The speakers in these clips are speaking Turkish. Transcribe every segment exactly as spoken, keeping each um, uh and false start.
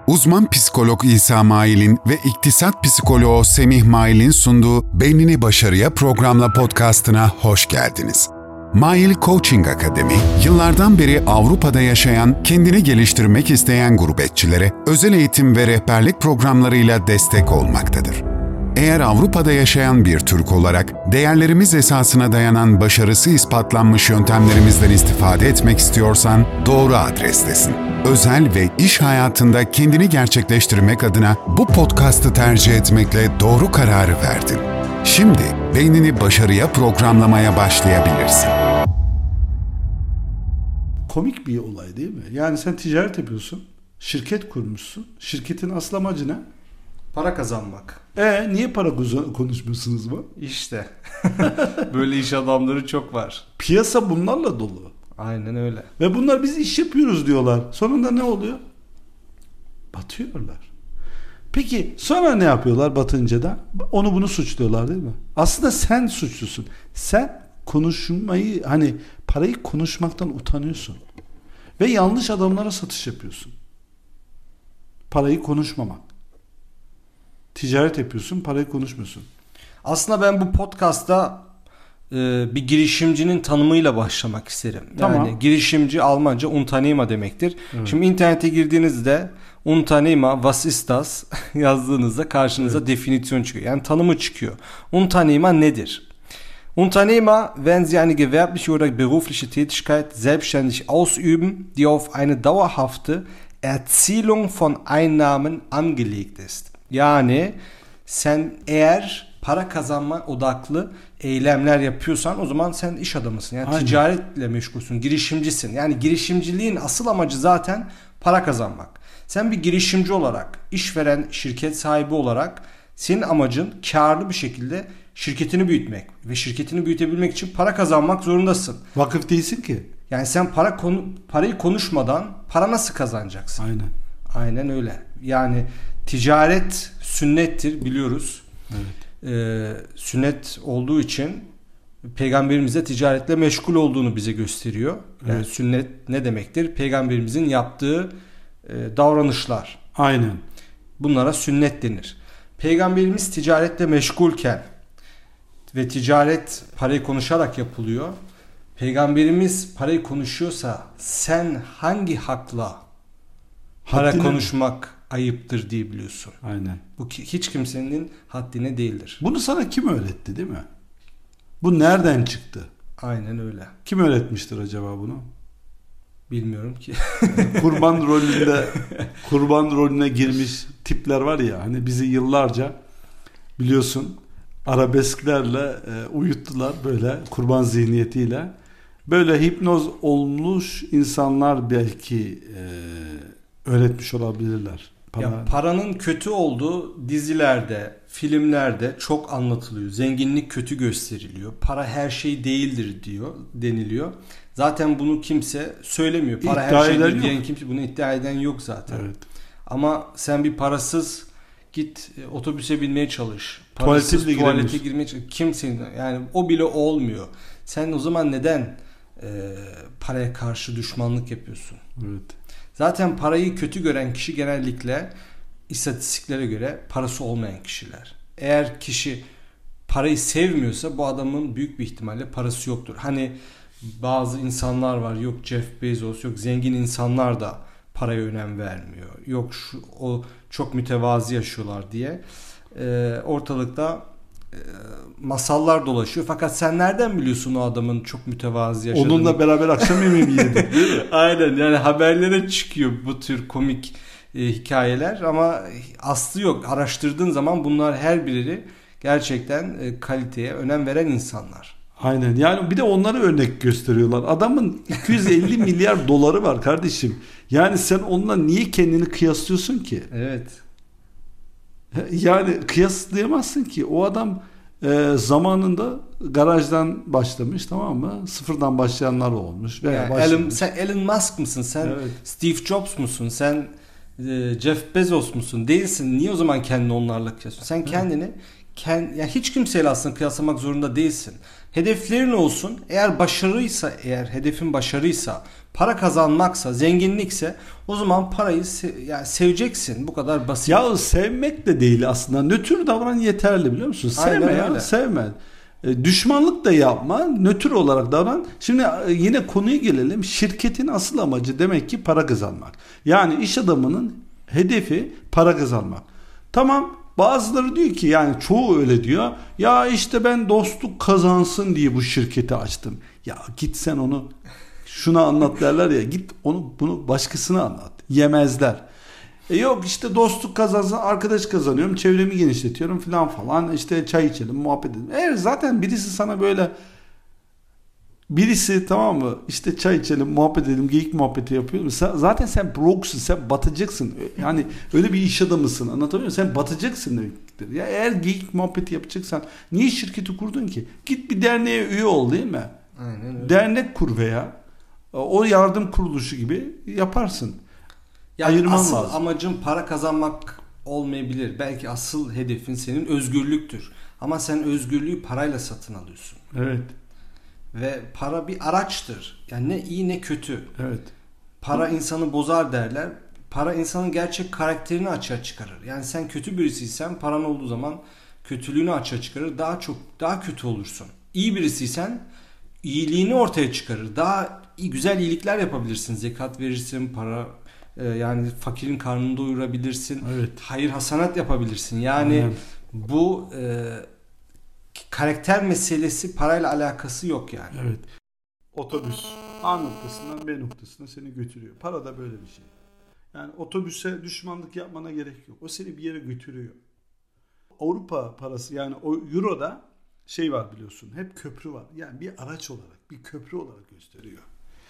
Uzman psikolog İsa Mail'in ve iktisat psikoloğu Semih Mail'in sunduğu Beynini Başarıya programla podcastına hoş geldiniz. Mail Coaching Akademi, yıllardan beri Avrupa'da yaşayan, kendini geliştirmek isteyen gurbetçilere özel eğitim ve rehberlik programlarıyla destek olmaktadır. Eğer Avrupa'da yaşayan bir Türk olarak değerlerimiz esasına dayanan başarısı ispatlanmış yöntemlerimizden istifade etmek istiyorsan doğru adrestesin. Özel ve iş hayatında kendini gerçekleştirmek adına bu podcast'ı tercih etmekle doğru kararı verdin. Şimdi beynini başarıya programlamaya başlayabilirsin. Komik bir olay değil mi? Yani sen ticaret yapıyorsun, şirket kurmuşsun. Şirketin asıl amacı ne? Para kazanmak. E niye para konuşmuyorsunuz bu? İşte. Böyle iş adamları çok var. Piyasa bunlarla dolu. Aynen öyle. Ve bunlar biz iş yapıyoruz diyorlar. Sonunda ne oluyor? Batıyorlar. Peki sonra ne yapıyorlar batınca da? Onu bunu suçluyorlar değil mi? Aslında sen suçlusun. Sen konuşmayı, hani parayı konuşmaktan utanıyorsun. Ve yanlış adamlara satış yapıyorsun. Parayı konuşmamak. Ticaret yapıyorsun, parayı konuşmuyorsun. Aslında ben bu podcast'ta e, bir girişimcinin tanımıyla başlamak isterim. Yani tamam. Girişimci Almanca Unternehmer demektir. Evet. Şimdi internete girdiğinizde Unternehmer, was ist das yazdığınızda karşınıza evet. Definisyon çıkıyor. Yani tanımı çıkıyor. Unternehmer nedir? Unternehmer, wenn Sie eine gewerbliche oder berufliche Tätigkeit selbstständig ausüben, die auf eine dauerhafte Erzielung von Einnahmen angelegt ist. Yani sen eğer para kazanma odaklı eylemler yapıyorsan o zaman sen iş adamısın. Yani aynen. Ticaretle meşgulsün, girişimcisin. Yani girişimciliğin asıl amacı zaten para kazanmak. Sen bir girişimci olarak, işveren, şirket sahibi olarak senin amacın karlı bir şekilde şirketini büyütmek ve şirketini büyütebilmek için para kazanmak zorundasın. Vakıf değilsin ki. Yani sen para konu, parayı konuşmadan para nasıl kazanacaksın? Aynen. Aynen öyle. Yani ticaret sünnettir biliyoruz. Evet. Ee, sünnet olduğu için Peygamberimiz de ticaretle meşgul olduğunu bize gösteriyor. Yani evet. Sünnet ne demektir? Peygamberimizin yaptığı e, davranışlar. Aynen. Bunlara sünnet denir. Peygamberimiz ticaretle meşgulken ve ticaret parayı konuşarak yapılıyor. Peygamberimiz parayı konuşuyorsa sen hangi hakla para haddine konuşmak ayıptır diye biliyorsun. Aynen. Bu hiç kimsenin haddine değildir. Bunu sana kim öğretti değil mi? Bu nereden çıktı? Aynen öyle. Kim öğretmiştir acaba bunu? Bilmiyorum ki. Kurban rolünde kurban rolüne girmiş tipler var ya, hani bizi yıllarca biliyorsun arabesklerle e, uyuttular, böyle kurban zihniyetiyle. Böyle hipnoz olmuş insanlar belki e, öğretmiş olabilirler. Para. Ya paranın kötü olduğu dizilerde, filmlerde çok anlatılıyor. Zenginlik kötü gösteriliyor. Para her şey değildir diyor, deniliyor. Zaten bunu kimse söylemiyor. Para İddia her şeydir yok. diyen kimse, bunu iddia eden yok zaten. Evet. Ama sen bir parasız git otobüse binmeye çalış. Parasız tuvalete, tuvalete girmeye çalış. Kimsenin, yani o bile olmuyor. Sen o zaman neden e, paraya karşı düşmanlık yapıyorsun? Evet. Zaten parayı kötü gören kişi genellikle istatistiklere göre parası olmayan kişiler. Eğer kişi parayı sevmiyorsa bu adamın büyük bir ihtimalle parası yoktur. Hani bazı insanlar var, yok Jeff Bezos, yok zengin insanlar da paraya önem vermiyor. Yok şu, o çok mütevazi yaşıyorlar diye e, ortalıkta e, masallar dolaşıyor. Fakat sen nereden biliyorsun o adamın çok mütevazi yaşadığını? Onunla beraber akşam yemeği mi yedin? Aynen, yani haberlere çıkıyor bu tür komik e, hikayeler ama aslı yok. Araştırdığın zaman bunlar her biri gerçekten e, kaliteye önem veren insanlar. Aynen, yani bir de onları örnek gösteriyorlar. Adamın iki yüz elli milyar doları var kardeşim. Yani sen onunla niye kendini kıyaslıyorsun ki? Evet. Yani kıyaslayamazsın ki. O adam e, zamanında garajdan başlamış, tamam mı? Sıfırdan başlayanlar olmuş. Veya yani Elon, sen Elon Musk mısın? Sen evet. Steve Jobs musun? Sen e, Jeff Bezos musun? Değilsin. Niye o zaman kendini onlarla kıyaslıyorsun? Sen kendini evet. kend, yani hiç kimseyle aslında kıyaslamak zorunda değilsin. Hedeflerin olsun. Eğer başarıysa, eğer hedefin başarıysa, para kazanmaksa, zenginlikse o zaman parayı se- yani seveceksin. Bu kadar basit. Ya sevmek de değil aslında. Nötr davran yeterli, biliyor musun? Aynen Sevme ya, öyle. sevme. E, düşmanlık da yapma, nötr olarak davran. Şimdi e, yine konuya gelelim. Şirketin asıl amacı demek ki para kazanmak. Yani iş adamının hedefi para kazanmak. Tamam, bazıları diyor ki, yani çoğu öyle diyor. Ya işte ben dostluk kazansın diye bu şirketi açtım. Ya git sen onu şuna anlat derler ya, git onu bunu başkasına anlat. Yemezler. E yok işte dostluk kazansın, arkadaş kazanıyorum, çevremi genişletiyorum falan falan, işte çay içelim, muhabbet edelim. Eğer zaten birisi sana böyle, birisi tamam mı, işte çay içelim, muhabbet edelim, geyik muhabbeti yapıyor. Sen, zaten sen broke'sun, sen batacaksın. Yani öyle bir iş adamısın, anlatabiliyor muyum? Sen batacaksın demektir. Ya eğer geyik muhabbeti yapacaksan niye şirketi kurdun ki? Git bir derneğe üye ol, değil mi? Aynen öyle. Dernek kur veya o yardım kuruluşu gibi yaparsın. Yani Ayırman asıl lazım. amacın para kazanmak olmayabilir. Belki asıl hedefin senin özgürlüktür. Ama sen özgürlüğü parayla satın alıyorsun. Evet. Ve para bir araçtır. Yani ne iyi ne kötü. Evet. Para insanı bozar derler. Para insanın gerçek karakterini açığa çıkarır. Yani sen kötü birisiysen paran olduğu zaman kötülüğünü açığa çıkarır. Daha çok daha kötü olursun. İyi birisiysen iyiliğini ortaya çıkarır. Daha iyi, güzel iyilikler yapabilirsin. Zekat verirsin, para e, yani fakirin karnını doyurabilirsin. Evet. Hayır hasanat yapabilirsin. Yani Aynen. bu e, karakter meselesi parayla alakası yok yani. Evet. Otobüs A noktasından B noktasına seni götürüyor. Para da böyle bir şey. Yani otobüse düşmanlık yapmana gerek yok. O seni bir yere götürüyor. Avrupa parası, yani o Euro'da şey var biliyorsun. Hep köprü var. Yani bir araç olarak, bir köprü olarak gösteriyor.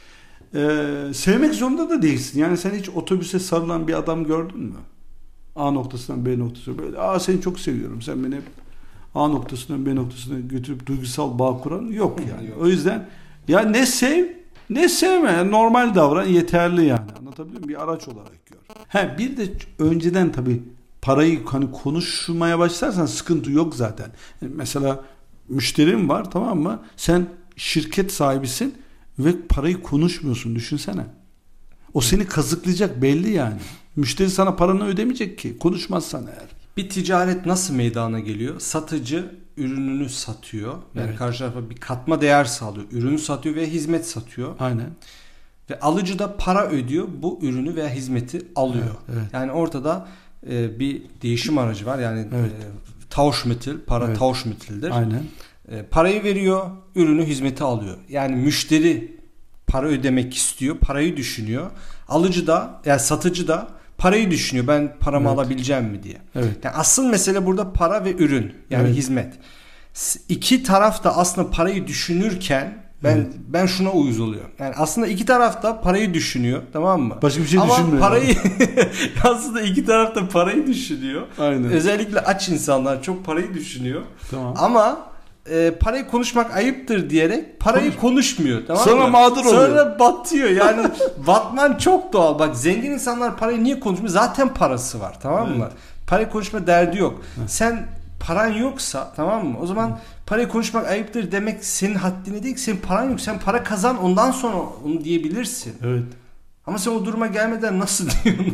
Ee, sevmek zorunda da değilsin. Yani sen hiç otobüse sarılan bir adam gördün mü? A noktasından B noktasına böyle. Aa seni çok seviyorum. Sen beni hep A noktasından B noktasına götürüp duygusal bağ kuran yok yani. Yok. O yüzden ya ne sev ne sevme. Yani normal davran yeterli yani. Anlatabiliyor muyum? Bir araç olarak gör. He, bir de önceden tabii parayı hani konuşmaya başlarsan sıkıntı yok zaten. Mesela müşterin var, tamam mı? Sen şirket sahibisin ve parayı konuşmuyorsun, düşünsene. O seni kazıklayacak belli yani. Müşteri sana paranı ödemeyecek ki konuşmazsan eğer. Bir ticaret nasıl meydana geliyor? Satıcı ürününü satıyor. Yani Evet. karşı tarafa bir katma değer sağlıyor. Ürünü satıyor veya hizmet satıyor. Aynen. Ve alıcı da para ödüyor. Bu ürünü veya hizmeti alıyor. Evet, evet. Yani ortada e, bir değişim aracı var. Yani Evet. e, Tauschmittel, para Evet. Tauschmittel'dir. Aynen. E, parayı veriyor, ürünü, hizmeti alıyor. Yani müşteri para ödemek istiyor, parayı düşünüyor. Alıcı da, yani satıcı da parayı düşünüyor. Ben paramı Evet. alabileceğim mi diye. Evet. Yani asıl mesele burada para ve ürün, yani Evet. hizmet. S- İki taraf da aslında parayı düşünürken ben Evet. ben şuna uyuz oluyorum. Yani aslında iki taraf da parayı düşünüyor, tamam mı? Başka bir şey Ama düşünmüyor. parayı aslında iki taraf da parayı düşünüyor. Aynen. Özellikle aç insanlar çok parayı düşünüyor. Tamam. Ama e, parayı konuşmak ayıptır diyerek parayı Konuş- konuşmuyor. Tamam Sonra mı? mağdur oluyor. Sonra batıyor. Yani batman çok doğal. Bak zengin insanlar parayı niye konuşmuyor? Zaten parası var. Tamam mı? Evet. Parayı konuşma derdi yok. Sen paran yoksa, tamam mı? O zaman parayı konuşmak ayıptır demek senin haddine değil ki. Senin paran yok. Sen para kazan, ondan sonra onu diyebilirsin. Evet. Ama sen o duruma gelmeden nasıl diyorsun?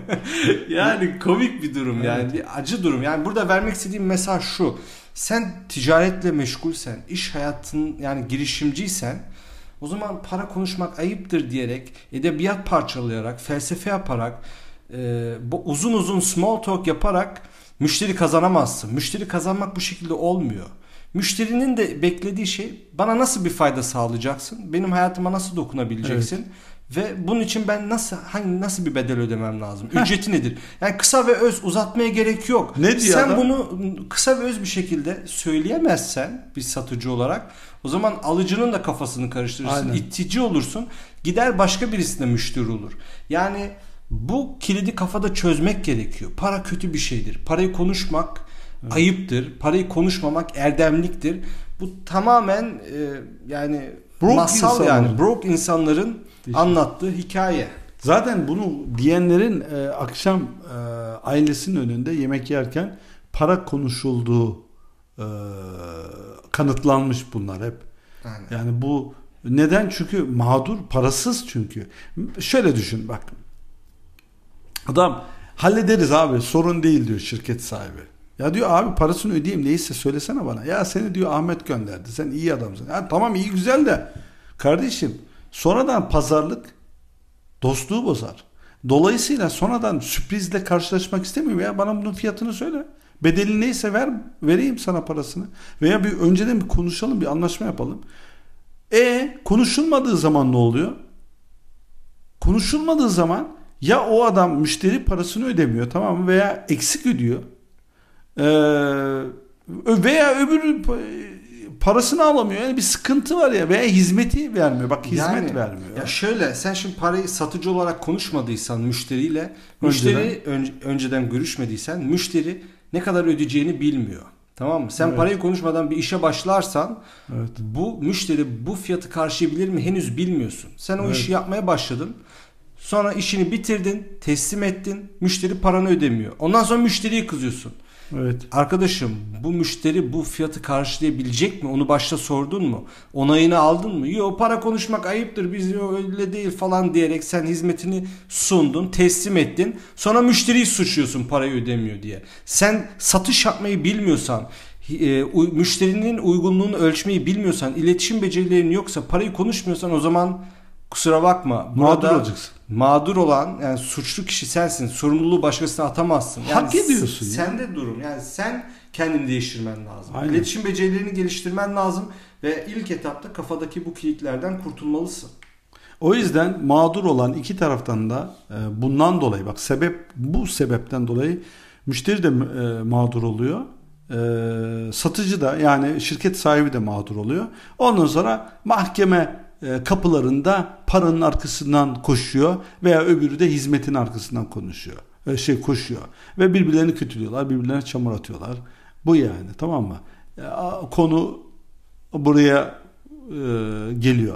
Yani komik bir durum yani. Evet. Bir acı durum. Yani burada vermek istediğim mesaj şu. Sen ticaretle meşgulsen, iş hayatın yani girişimciysen, o zaman para konuşmak ayıptır diyerek, edebiyat parçalayarak, felsefe yaparak, e, bu uzun uzun small talk yaparak müşteri kazanamazsın. Müşteri kazanmak bu şekilde olmuyor. Müşterinin de beklediği şey, bana nasıl bir fayda sağlayacaksın? Benim hayatıma nasıl dokunabileceksin? Evet. Ve bunun için ben nasıl hangi nasıl bir bedel ödemem lazım? Ücreti nedir? Yani kısa ve öz, uzatmaya gerek yok. Ne diyor Sen adam? bunu kısa ve öz bir şekilde söyleyemezsen bir satıcı olarak, o zaman alıcının da kafasını karıştırırsın, Aynen. itici olursun. Gider başka birisine müşteri olur. Yani bu kilidi kafada çözmek gerekiyor. Para kötü bir şeydir. Parayı konuşmak evet. ayıptır. Parayı konuşmamak erdemliktir. Bu tamamen e, yani Broke masal insanlar. yani broke insanların anlattığı hikaye. Zaten bunu diyenlerin e, akşam e, ailesinin önünde yemek yerken para konuşulduğu e, kanıtlanmış bunlar hep. Aynen. Yani bu Neden? Çünkü mağdur, parasız çünkü. Şöyle düşün bak. Adam hallederiz abi, sorun değil diyor şirket sahibi. Ya diyor abi parasını ödeyeyim neyse söylesene bana. Ya seni diyor Ahmet gönderdi. Sen iyi adamsın. Ya tamam iyi güzel de kardeşim sonradan pazarlık dostluğu bozar. Dolayısıyla sonradan sürprizle karşılaşmak istemiyorum ya. Bana bunun fiyatını söyle. Bedeli neyse ver, vereyim sana parasını. Veya bir önceden bir konuşalım, bir anlaşma yapalım. E konuşulmadığı zaman ne oluyor? Konuşulmadığı zaman ya o adam müşteri parasını ödemiyor, tamam mı? Veya eksik ödüyor. Ee, veya öbürü parasını alamıyor. Yani bir sıkıntı var ya, veya hizmeti vermiyor. Bak hizmet yani, vermiyor. Ya şöyle, sen şimdi parayı satıcı olarak konuşmadıysan müşteriyle, müşteri önceden, önce, önceden görüşmediysen müşteri ne kadar ödeyeceğini bilmiyor. Tamam mı? Sen evet. parayı konuşmadan bir işe başlarsan evet. bu müşteri bu fiyatı karşılayabilir mi henüz bilmiyorsun. Sen o evet. işi yapmaya başladın. Sonra işini bitirdin, teslim ettin. Müşteri paranı ödemiyor. Ondan sonra müşteriye kızıyorsun. Evet. Arkadaşım bu müşteri bu fiyatı karşılayabilecek mi? Onu başta sordun mu? Onayını aldın mı? Yok, para konuşmak ayıptır, biz öyle değil falan diyerek sen hizmetini sundun, teslim ettin. Sonra müşteriyi suçluyorsun parayı ödemiyor diye. Sen satış yapmayı bilmiyorsan, e, u- müşterinin uygunluğunu ölçmeyi bilmiyorsan, iletişim becerilerin yoksa, parayı konuşmuyorsan o zaman kusura bakma. Mağdur olacaksın. Mağdur olan, yani suçlu kişi sensin. Sorumluluğu başkasına atamazsın. Yani hak ediyorsun. Sende ya. durum. Yani sen kendini değiştirmen lazım. Aynen. İletişim becerilerini geliştirmen lazım ve ilk etapta kafadaki bu kilitlerden kurtulmalısın. O yüzden mağdur olan iki taraftan da e, bundan dolayı, bak sebep, bu sebepten dolayı müşteri de e, mağdur oluyor. E, satıcı da, yani şirket sahibi de mağdur oluyor. Ondan sonra mahkeme kapılarında paranın arkasından koşuyor veya öbürü de hizmetin arkasından konuşuyor. Şey koşuyor ve birbirlerini kötülüyorlar, birbirlerine çamur atıyorlar. Bu yani, tamam mı? Konu buraya e, geliyor.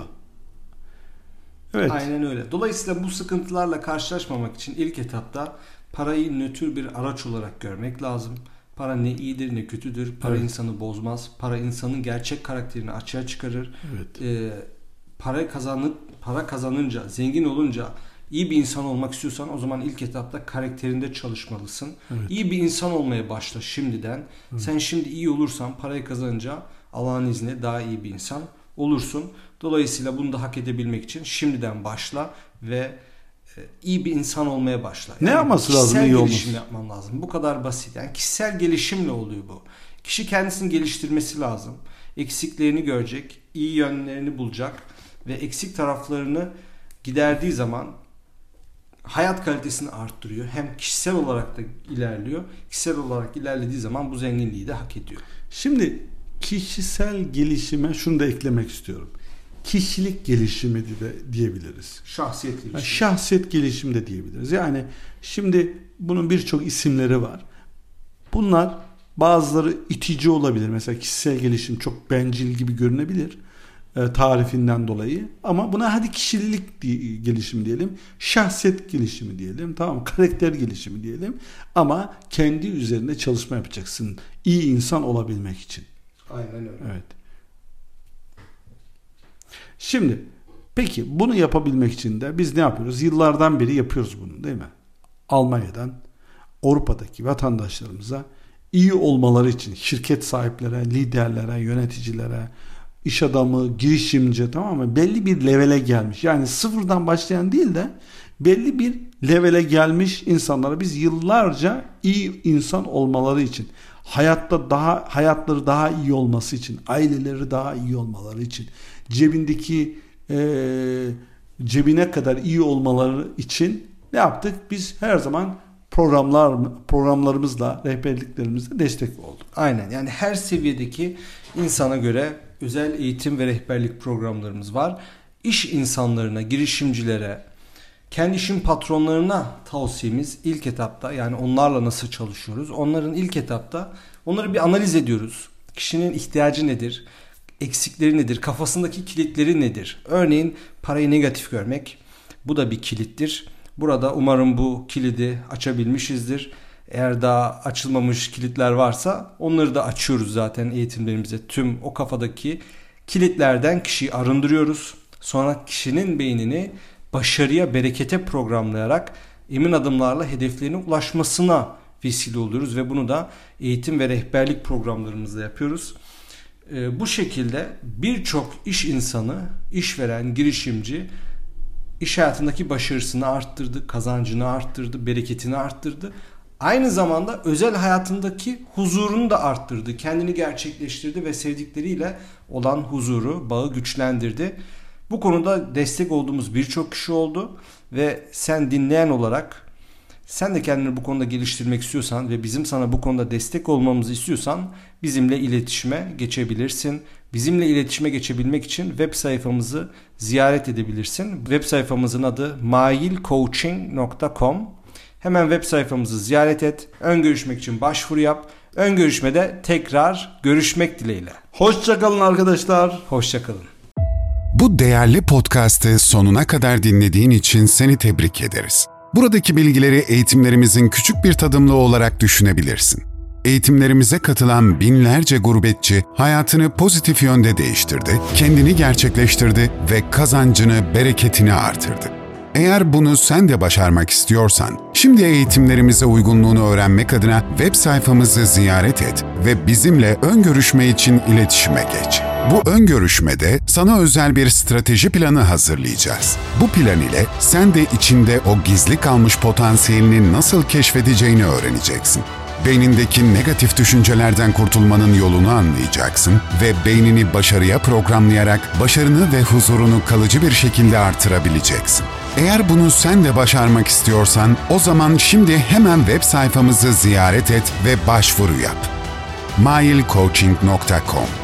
Evet. Aynen öyle. Dolayısıyla bu sıkıntılarla karşılaşmamak için ilk etapta parayı nötr bir araç olarak görmek lazım. Para ne iyidir ne kötüdür. Para evet. insanı bozmaz. Para insanın gerçek karakterini açığa çıkarır. Evet. Ee, para kazanıp para kazanınca, zengin olunca iyi bir insan olmak istiyorsan o zaman ilk etapta karakterinde çalışmalısın. Evet. İyi bir insan olmaya başla şimdiden. Evet. Sen şimdi iyi olursan parayı kazanınca Allah'ın izniyle daha iyi bir insan olursun. Dolayısıyla bunu da hak edebilmek için şimdiden başla ve e, iyi bir insan olmaya başla. Yani ne yapması lazım? Kişisel gelişim yapman lazım. Bu kadar basit. Yani kişisel gelişimle oluyor bu. Kişi kendisini geliştirmesi lazım. Eksiklerini görecek, iyi yönlerini bulacak ve eksik taraflarını giderdiği zaman hayat kalitesini arttırıyor. Hem kişisel olarak da ilerliyor. Kişisel olarak ilerlediği zaman bu zenginliği de hak ediyor. Şimdi kişisel gelişime şunu da eklemek istiyorum. Kişilik gelişimi de diyebiliriz. Şahsiyet gelişimi. Yani şahsiyet gelişimi de diyebiliriz. Yani şimdi bunun birçok isimleri var. Bunlar bazıları itici olabilir. Mesela kişisel gelişim çok bencil gibi görünebilir e, tarifinden dolayı. Ama buna hadi kişilik gelişimi diyelim. Şahsiyet gelişimi diyelim. Tamam, karakter gelişimi diyelim. Ama kendi üzerinde çalışma yapacaksın. İyi insan olabilmek için. Aynen öyle. Evet. Şimdi peki bunu yapabilmek için de biz ne yapıyoruz? Yıllardan beri yapıyoruz bunu, değil mi? Almanya'dan Avrupa'daki vatandaşlarımıza iyi olmaları için şirket sahiplere, liderlere, yöneticilere, iş adamı, girişimci, tamam mı? Belli bir levele gelmiş. Yani sıfırdan başlayan değil de belli bir levele gelmiş insanlara biz yıllarca iyi insan olmaları için, hayatta daha hayatları daha iyi olması için, aileleri daha iyi olmaları için, cebindeki e, cebine kadar iyi olmaları için ne yaptık? Biz her zaman programlar programlarımızla, rehberliklerimizle destek olduk. Aynen. Yani her seviyedeki insana göre özel eğitim ve rehberlik programlarımız var. İş insanlarına, girişimcilere, kendi işin patronlarına tavsiyemiz ilk etapta, yani onlarla nasıl çalışıyoruz? Onların ilk etapta onları bir analiz ediyoruz. Kişinin ihtiyacı nedir? Eksikleri nedir? Kafasındaki kilitleri nedir? Örneğin parayı negatif görmek. Bu da bir kilittir. Burada umarım bu kilidi açabilmişizdir. Eğer daha açılmamış kilitler varsa onları da açıyoruz zaten eğitimlerimize. Tüm o kafadaki Kilitlerden kişiyi arındırıyoruz. Sonra kişinin beynini başarıya, berekete programlayarak emin adımlarla hedeflerine ulaşmasına vesile oluyoruz ve bunu da eğitim ve rehberlik programlarımızda yapıyoruz. Ee, bu şekilde birçok iş insanı, işveren, girişimci iş hayatındaki başarısını arttırdı, kazancını arttırdı, bereketini arttırdı. Aynı zamanda özel hayatındaki huzurunu da arttırdı, kendini gerçekleştirdi ve sevdikleriyle olan huzuru, bağı güçlendirdi. Bu konuda destek olduğumuz birçok kişi oldu ve sen dinleyen olarak sen de kendini bu konuda geliştirmek istiyorsan ve bizim sana bu konuda destek olmamızı istiyorsan bizimle iletişime geçebilirsin. Bizimle iletişime geçebilmek için web sayfamızı ziyaret edebilirsin. Web sayfamızın adı mail coaching nokta com. Hemen web sayfamızı ziyaret et. Ön görüşmek için başvuru yap. Ön görüşmede tekrar görüşmek dileğiyle. Hoşça kalın arkadaşlar. Hoşça kalın. Bu değerli podcast'ı sonuna kadar dinlediğin için seni tebrik ederiz. Buradaki bilgileri eğitimlerimizin küçük bir tadımlığı olarak düşünebilirsin. Eğitimlerimize katılan binlerce gurbetçi hayatını pozitif yönde değiştirdi, kendini gerçekleştirdi ve kazancını, bereketini artırdı. Eğer bunu sen de başarmak istiyorsan, şimdi eğitimlerimize uygunluğunu öğrenmek adına web sayfamızı ziyaret et ve bizimle ön görüşme için iletişime geç. Bu ön görüşmede sana özel bir strateji planı hazırlayacağız. Bu plan ile sen de içinde o gizli kalmış potansiyelini nasıl keşfedeceğini öğreneceksin. Beynindeki negatif düşüncelerden kurtulmanın yolunu anlayacaksın ve beynini başarıya programlayarak başarını ve huzurunu kalıcı bir şekilde artırabileceksin. Eğer bunu sen de başarmak istiyorsan, o zaman şimdi hemen web sayfamızı ziyaret et ve başvuru yap. mail coaching nokta com